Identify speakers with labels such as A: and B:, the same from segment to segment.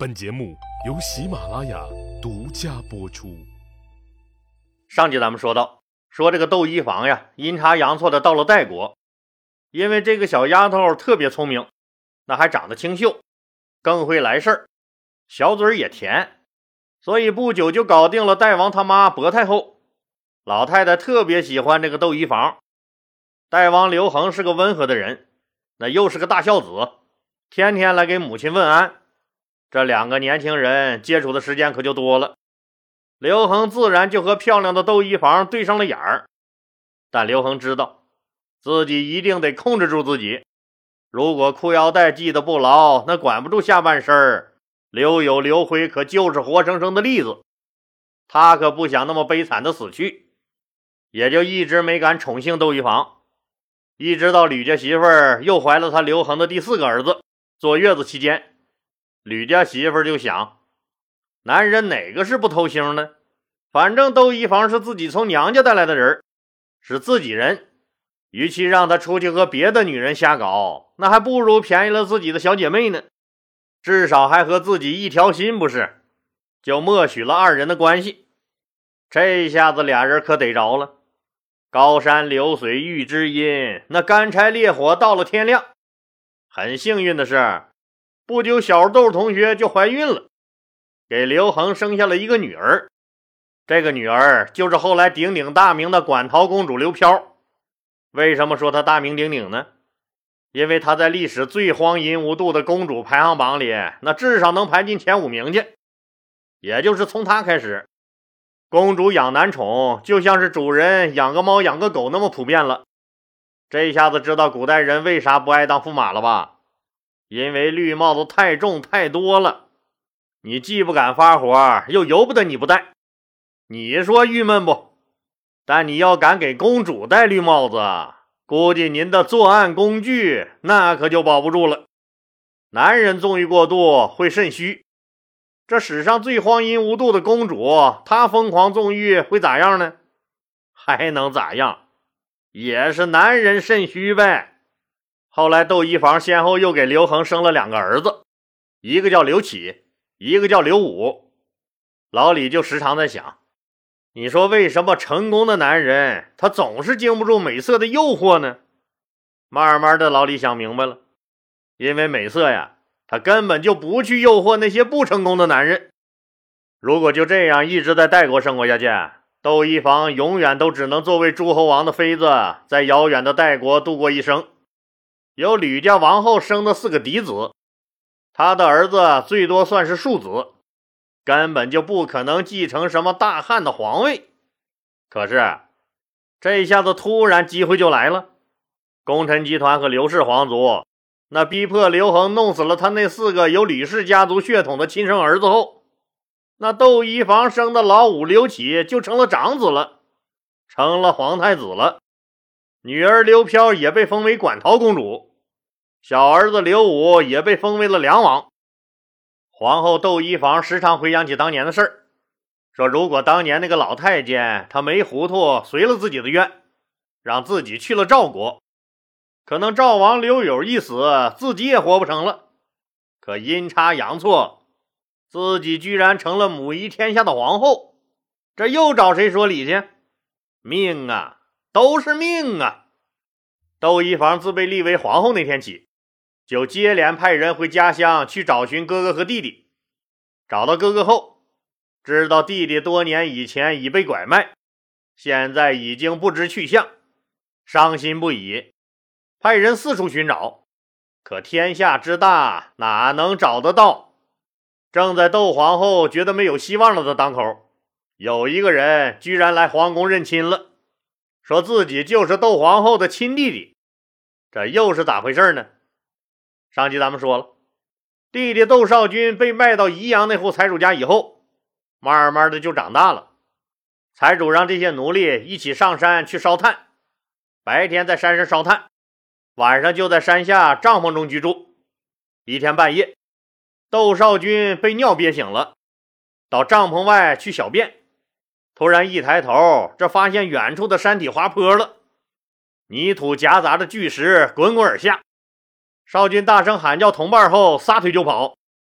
A: 本节目由喜马拉雅独家播出。
B: 上集咱们说到，这个窦漪房呀，阴差阳错的到了代国，因为这个小丫头特别聪明，那还长得清秀，更会来事儿，小嘴也甜，所以不久就搞定了代王他妈薄太后。老太太特别喜欢这个窦漪房。代王刘恒是个温和的人，那又是个大孝子，天天来给母亲问安。这两个年轻人接触的时间可就多了，刘恒自然就和漂亮的窦漪房对上了眼儿。但刘恒知道自己一定得控制住自己，如果裤腰带系得不牢，那管不住下半身，刘有刘辉可就是活生生的例子，他可不想那么悲惨的死去，也就一直没敢宠幸窦漪房。一直到吕家媳妇儿又怀了他刘恒的第4个儿子，坐月子期间，吕家媳妇儿就想，男人哪个是不偷腥呢？反正窦漪房是自己从娘家带来的人，是自己人，与其让他出去和别的女人瞎搞，那还不如便宜了自己的小姐妹呢，至少还和自己一条心不是？就默许了二人的关系。这下子俩人可逮着了，高山流水遇知音，那干柴烈火到了天亮。很幸运的是，不久小窦同学就怀孕了，给刘恒生下了一个女儿。这个女儿就是后来鼎鼎大名的馆陶公主刘飘。为什么说她大名鼎鼎呢？因为她在历史最荒淫无度的公主排行榜里，那至少能排进前5名去。也就是从她开始，公主养男宠就像是主人养个猫养个狗那么普遍了。这一下子知道古代人为啥不爱当驸马了吧？因为绿帽子太重太多了，你既不敢发火，又由不得你不戴，你说郁闷不？但你要敢给公主戴绿帽子，估计您的作案工具那可就保不住了。男人纵欲过度会肾虚，这史上最荒淫无度的公主，她疯狂纵欲会咋样呢？还能咋样？也是男人肾虚呗。后来窦漪房先后又给刘恒生了2个儿子，一个叫刘启，一个叫刘武。老李就时常在想，你说为什么成功的男人他总是经不住美色的诱惑呢？慢慢的老李想明白了，因为美色呀，他根本就不去诱惑那些不成功的男人。如果就这样一直在代国生活下去，窦漪房永远都只能作为诸侯王的妃子，在遥远的代国度过一生。由吕家王后生的4个嫡子，他的儿子最多算是庶子，根本就不可能继承什么大汉的皇位。可是这一下子突然机会就来了，功臣集团和刘氏皇族那逼迫刘恒弄死了他那4个有吕氏家族血统的亲生儿子后，那窦漪房生的老五刘启就成了长子了，成了皇太子了。女儿刘飘也被封为馆陶公主，小儿子刘武也被封为了梁王。皇后窦漪房时常回想起当年的事儿，说如果当年那个老太监他没糊涂随了自己的愿，让自己去了赵国，可能赵王刘友一死，自己也活不成了。可阴差阳错，自己居然成了母仪天下的皇后，这又找谁说理去？命啊，都是命啊！窦漪房自被立为皇后那天起，就接连派人回家乡去找寻哥哥和弟弟。找到哥哥后，知道弟弟多年以前已被拐卖，现在已经不知去向，伤心不已，派人四处寻找。可天下之大，哪能找得到？正在窦皇后觉得没有希望了的当口，有一个人居然来皇宫认亲了，说自己就是窦皇后的亲弟弟。这又是咋回事呢？上集咱们说了，弟弟窦少君被卖到宜阳那户财主家以后，慢慢的就长大了。财主让这些奴隶一起上山去烧炭，白天在山上烧炭，晚上就在山下帐篷中居住。一天半夜，窦少君被尿憋醒了，到帐篷外去小便，突然一抬头，这发现远处的山体滑坡了，泥土夹杂着巨石滚滚而下。少君大声喊叫同伴后撒腿就跑，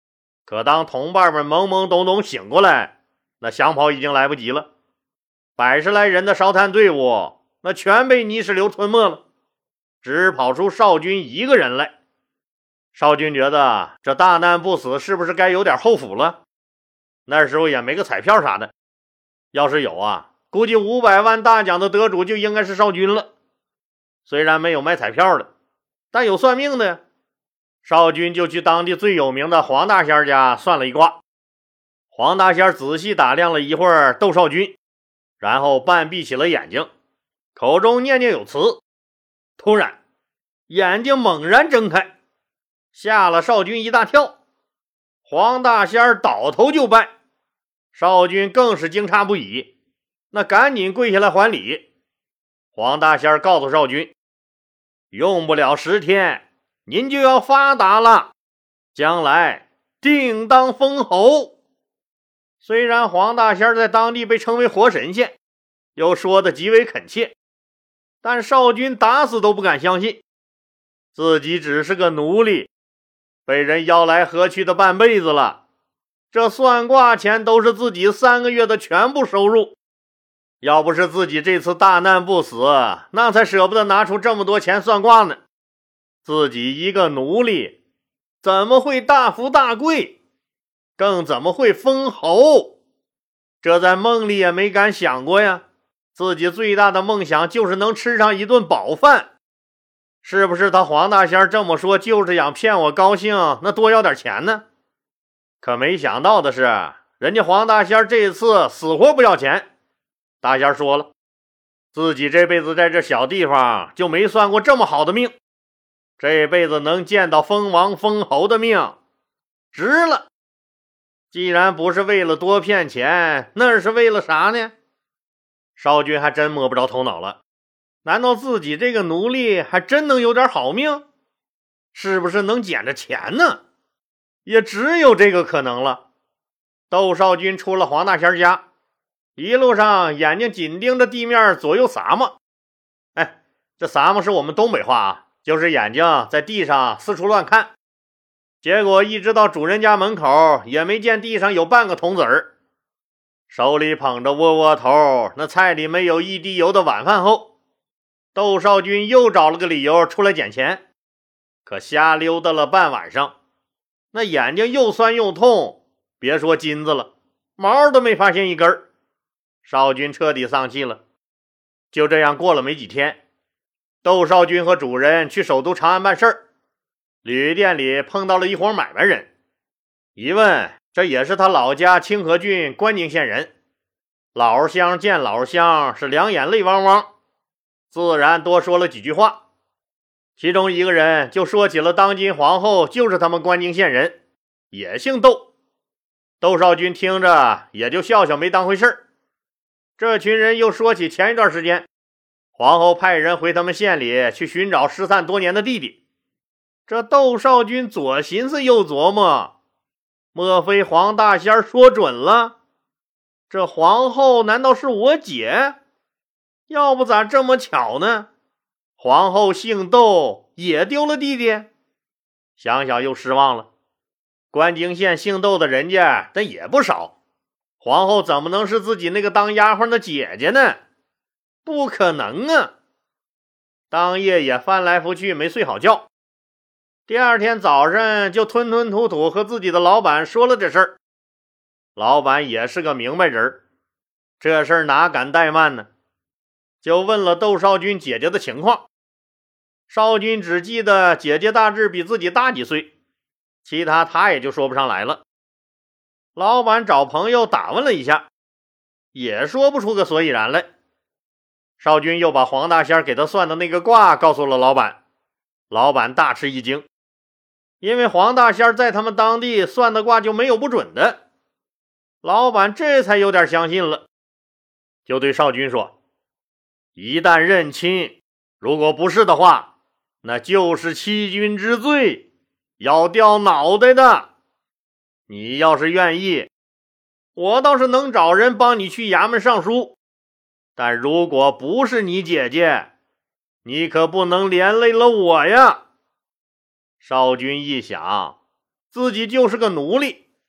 B: 可当同伴们懵懵懂懂醒过来，那想跑已经来不及了。100来人的烧炭队伍，那全被泥石流吞没了，只跑出少军一个人来。少军觉得这大难不死，是不是该有点后福了？那时候也没个彩票啥的，要是有啊，估计500万大奖的得主就应该是少军了。虽然没有买彩票的，但有算命的呀。少军就去当地最有名的黄大仙家算了一卦。黄大仙仔细打量了一会儿窦少军，然后半闭起了眼睛，口中念念有词。突然眼睛猛然睁开，吓了少军一大跳。黄大仙倒头就拜，少军更是惊诧不已，那赶紧跪下来还礼。黄大仙告诉少军，用不了10天，您就要发达了，将来定当封侯。虽然黄大仙在当地被称为活神仙，又说得极为恳切，但少军打死都不敢相信，自己只是个奴隶，被人吆来喝去的半辈子了，这算卦钱都是自己3个月的全部收入。要不是自己这次大难不死，那才舍不得拿出这么多钱算卦呢。自己一个奴隶，怎么会大富大贵？更怎么会封侯？这在梦里也没敢想过呀。自己最大的梦想就是能吃上一顿饱饭。是不是他黄大仙这么说，就是想骗我高兴，那多要点钱呢？可没想到的是，人家黄大仙这次死活不要钱。大仙说了，自己这辈子在这小地方就没算过这么好的命，这辈子能见到封王封侯的命，值了。既然不是为了多骗钱，那是为了啥呢？少军还真摸不着头脑了。难道自己这个奴隶还真能有点好命？是不是能捡着钱呢？也只有这个可能了。窦少军出了黄大仙家，一路上眼睛紧盯着地面左右撒么。这撒么是我们东北话啊，就是眼睛在地上四处乱看。结果一直到主人家门口，也没见地上有半个铜子儿。手里捧着窝窝头，那菜里没有一滴油的晚饭后，窦少军又找了个理由出来捡钱。可瞎溜达了半晚上，那眼睛又酸又痛，别说金子了，毛都没发现一根儿。少军彻底丧气了。就这样过了没几天，窦少军和主人去首都长安办事儿，旅店里碰到了一伙买卖人。一问，这也是他老家清河郡关宁县人。老乡见老乡，是两眼泪汪汪，自然多说了几句话。其中一个人就说起了当今皇后就是他们关宁县人，也姓窦。窦少军听着也就笑笑，没当回事儿。这群人又说起前一段时间，皇后派人回他们县里去寻找失散多年的弟弟。这窦少军左寻思右琢磨，莫非黄大仙说准了？这皇后难道是我姐？要不咋这么巧呢？皇后姓窦，也丢了弟弟？想想又失望了。关京县姓窦的人家但也不少，皇后怎么能是自己那个当丫鬟的姐姐呢？不可能啊！当夜也翻来覆去没睡好觉。第二天早上就吞吞吐吐和自己的老板说了这事儿。老板也是个明白人，这事儿哪敢怠慢呢？就问了窦少军姐姐的情况。少军只记得姐姐大致比自己大几岁，其他他也就说不上来了。老板找朋友打问了一下，也说不出个所以然来。少军又把黄大仙给他算的那个卦告诉了老板，老板大吃一惊，因为黄大仙在他们当地算的卦就没有不准的。老板这才有点相信了，就对少军说，一旦认亲，如果不是的话，那就是欺君之罪，要掉脑袋的。你要是愿意，我倒是能找人帮你去衙门上书，但如果不是你姐姐，你可不能连累了我呀。少军一想，自己就是个奴隶，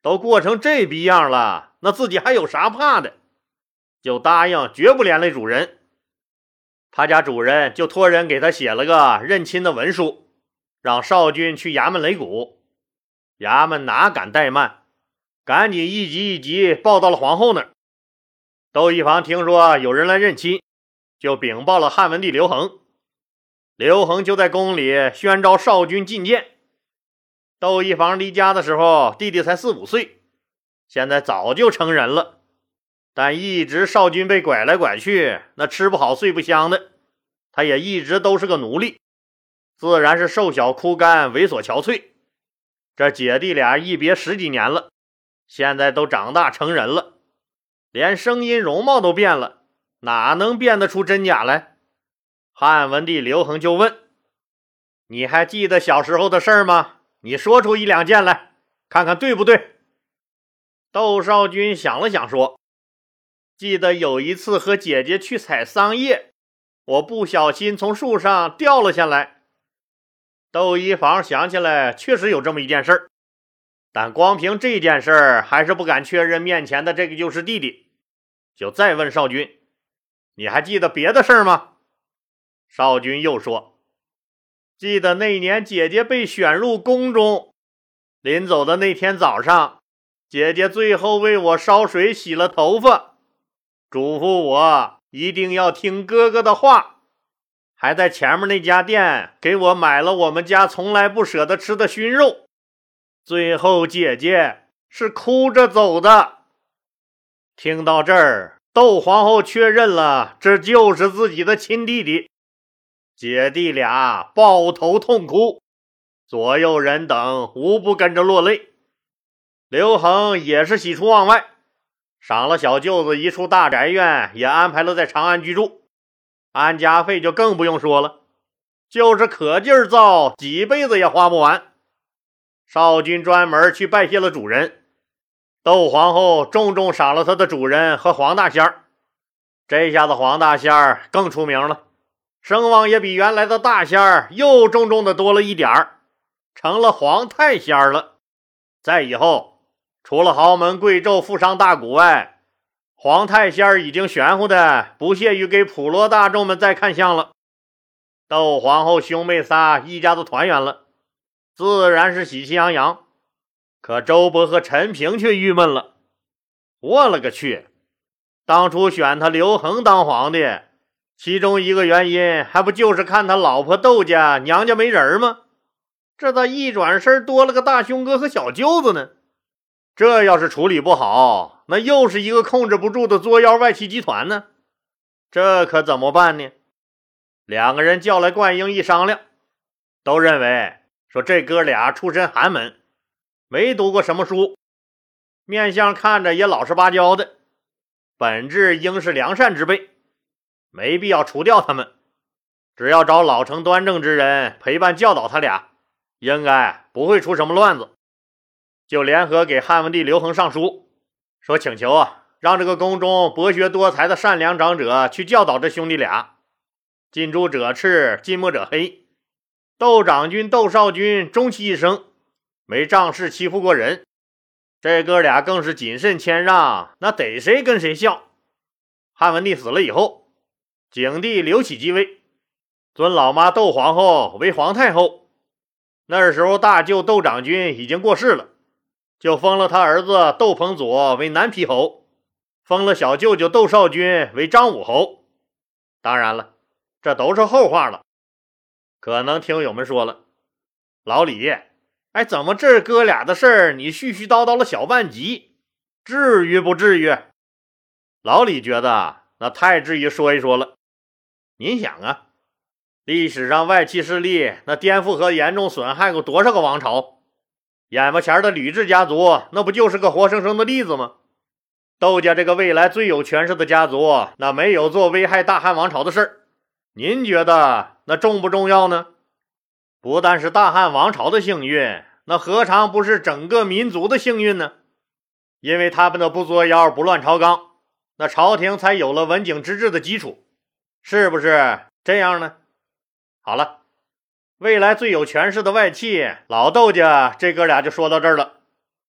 B: 都过成这逼样了，那自己还有啥怕的？就答应绝不连累主人。他家主人就托人给他写了个认亲的文书，让少军去衙门擂鼓。衙门哪敢怠慢，赶紧一级一级报到了皇后那儿。窦一房听说有人来认亲，就禀报了汉文帝刘恒。刘恒就在宫里宣召少军觐见。窦一房离家的时候，弟弟才4、5岁，现在早就成人了，但一直少军被拐来拐去，那吃不好睡不香的，他也一直都是个奴隶，自然是瘦小枯干，猥琐憔悴。这姐弟俩一别10几年了，现在都长大成人了，连声音容貌都变了，哪能辨得出真假来？汉文帝刘恒就问：你还记得小时候的事儿吗？你说出1、2件来，看看对不对？窦少君想了想说：记得有一次和姐姐去采桑叶，我不小心从树上掉了下来。窦一房想起来确实有这么一件事儿，但光凭这件事儿还是不敢确认面前的这个就是弟弟，就再问少君：你还记得别的事儿吗？少君又说：记得那年姐姐被选入宫中，临走的那天早上，姐姐最后为我烧水洗了头发，嘱咐我一定要听哥哥的话，还在前面那家店给我买了我们家从来不舍得吃的熏肉。最后姐姐是哭着走的。听到这儿，窦皇后确认了这就是自己的亲弟弟，姐弟俩抱头痛哭，左右人等无不跟着落泪。刘恒也是喜出望外，赏了小舅子一处大宅院，也安排了在长安居住，安家费就更不用说了，就是可劲儿造，几辈子也花不完。少君专门去拜谢了主人，窦皇后重重赏了他的主人和黄大仙儿。这下子黄大仙儿更出名了，声望也比原来的大仙儿又重重的多了一点儿，成了黄太仙儿了。再以后，除了豪门贵胄富商大贾外，黄太仙儿已经玄乎的不屑于给普罗大众们再看相了。窦皇后兄妹仨一家子团圆了，自然是喜气洋洋。可周勃和陈平却郁闷了，我了个去，当初选他刘恒当皇帝，其中一个原因还不就是看他老婆窦家娘家没人吗？这咋一转身多了个大兄哥和小舅子呢？这要是处理不好，那又是一个控制不住的作妖外戚集团呢。这可怎么办呢？两个人叫来冠英一商量，都认为说这哥俩出身寒门，没读过什么书，面相看着也老实巴交的，本质应是良善之辈，没必要除掉他们，只要找老成端正之人陪伴教导他俩，应该不会出什么乱子。就联合给汉文帝刘恒上书，说请求让这个宫中博学多才的善良长者去教导这兄弟俩。近朱者赤，近墨者黑，窦长君窦少君终其一生没仗势欺负过人，这哥俩更是谨慎谦让，那逮谁跟谁笑。汉文帝死了以后，景帝刘启继位，尊老妈窦皇后为皇太后。那时候大舅窦长君已经过世了，就封了他儿子窦彭佐为南皮侯，封了小舅舅窦少君为张武侯。当然了，这都是后话了。可能听友们说了，老李，怎么这哥俩的事儿你絮絮叨叨了小半集，至于不至于？老李觉得那太至于说一说了。您想啊，历史上外戚势力那颠覆和严重损害过多少个王朝？眼巴前的吕雉家族那不就是个活生生的例子吗？窦家这个未来最有权势的家族，那没有做危害大汉王朝的事儿，您觉得那重不重要呢？不但是大汉王朝的幸运，那何尝不是整个民族的幸运呢？因为他们的不作妖不乱朝纲，那朝廷才有了文景之治的基础，是不是这样呢？好了，未来最有权势的外戚老窦家这哥俩就说到这儿了。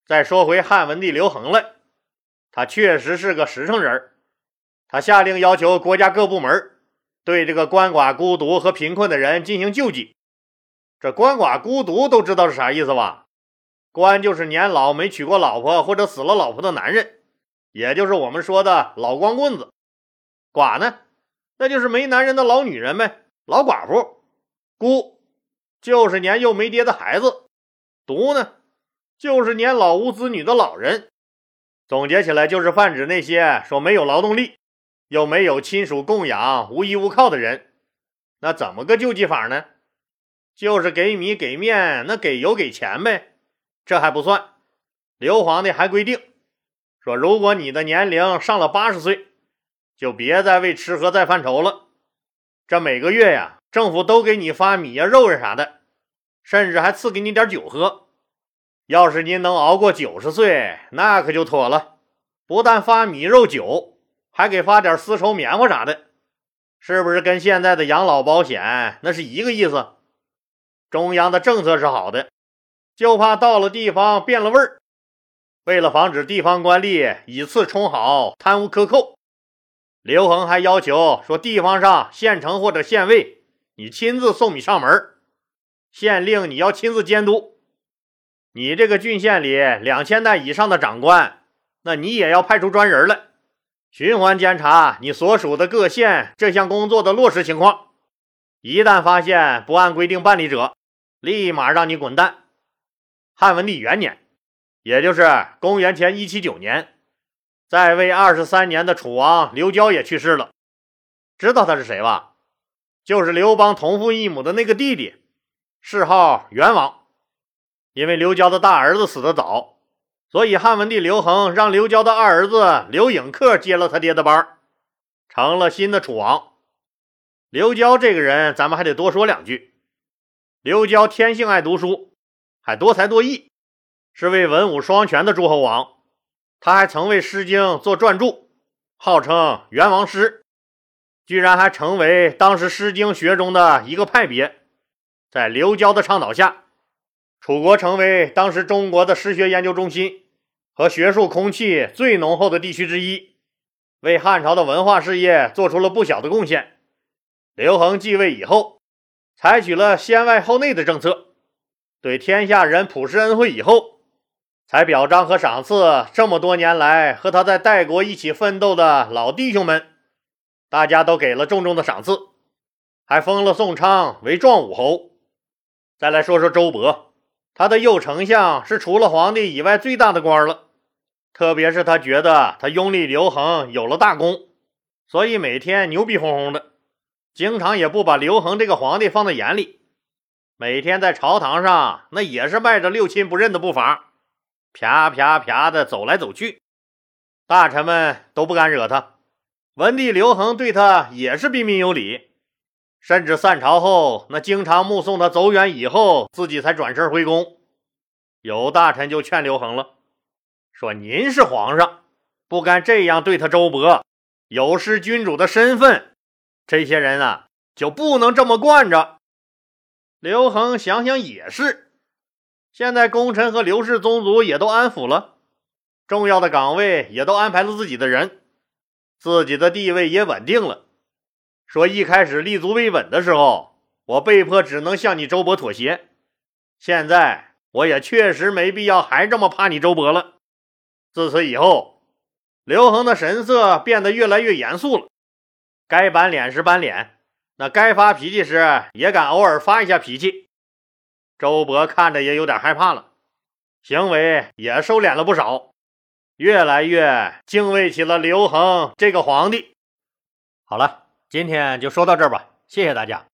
B: 再说回汉文帝刘恒来，他确实是个实诚人，他下令要求国家各部门对这个鳏寡孤独和贫困的人进行救济。这鳏寡孤独都知道是啥意思吧？鳏就是年老没娶过老婆或者死了老婆的男人，也就是我们说的老光棍子。寡呢，那就是没男人的老女人呗，老寡妇。孤就是年幼没爹的孩子。独呢，就是年老无子女的老人。总结起来就是泛指那些说没有劳动力又没有亲属供养无依无靠的人。那怎么个救济法呢？就是给米给面，那给油给钱呗。这还不算，刘皇帝还规定说，如果你的年龄上了80岁，就别再为吃喝再犯愁了。这每个月呀，政府都给你发米呀肉呀啥的，甚至还赐给你点酒喝。要是您能熬过90岁，那可就妥了，不但发米肉酒，还给发点丝绸棉花啥的。是不是跟现在的养老保险那是一个意思？中央的政策是好的，就怕到了地方变了味儿。为了防止地方官吏以次充好、贪污克扣，刘恒还要求说，地方上县城或者县尉你亲自送米上门，县令你要亲自监督。你这个郡县里2000担以上的长官，那你也要派出专人来循环监察你所属的各县这项工作的落实情况。一旦发现不按规定办理者，立马让你滚蛋。汉文帝元年，也就是公元前179年，在位23年的楚王刘交也去世了。知道他是谁吧？就是刘邦同父异母的那个弟弟，谥号元王。因为刘交的大儿子死得早，所以汉文帝刘恒让刘交的二儿子刘颖克接了他爹的班，成了新的楚王。刘交这个人咱们还得多说两句。刘交天性爱读书，还多才多艺，是位文武双全的诸侯王。他还曾为《诗经》做撰著，号称元王诗，居然还成为当时《诗经》学中的一个派别。在刘交的倡导下，楚国成为当时中国的诗学研究中心和学术空气最浓厚的地区之一，为汉朝的文化事业做出了不小的贡献。刘恒继位以后，采取了先外后内的政策，对天下人普施恩惠以后，才表彰和赏赐这么多年来和他在代国一起奋斗的老弟兄们，大家都给了重重的赏赐，还封了宋昌为壮武侯。再来说说周勃，他的右丞相是除了皇帝以外最大的官了，特别是他觉得他拥立刘恒有了大功，所以每天牛逼哄哄的，经常也不把刘恒这个皇帝放在眼里。每天在朝堂上那也是迈着六亲不认的步伐，啪啪啪的走来走去，大臣们都不敢惹他。文帝刘恒对他也是彬彬有礼，甚至散朝后那经常目送他走远以后，自己才转身回宫。有大臣就劝刘恒了，说您是皇上，不该这样对他周勃，有失君主的身份，这些人啊就不能这么惯着。刘恒想想也是，现在功臣和刘氏宗族也都安抚了，重要的岗位也都安排了自己的人，自己的地位也稳定了。说一开始立足未稳的时候，我被迫只能向你周勃妥协，现在我也确实没必要还这么怕你周勃了。自此以后，刘恒的神色变得越来越严肃了，该板脸时板脸，那该发脾气时也敢偶尔发一下脾气。周勃看着也有点害怕了，行为也收敛了不少，越来越敬畏起了刘恒这个皇帝。好了，今天就说到这儿吧，谢谢大家。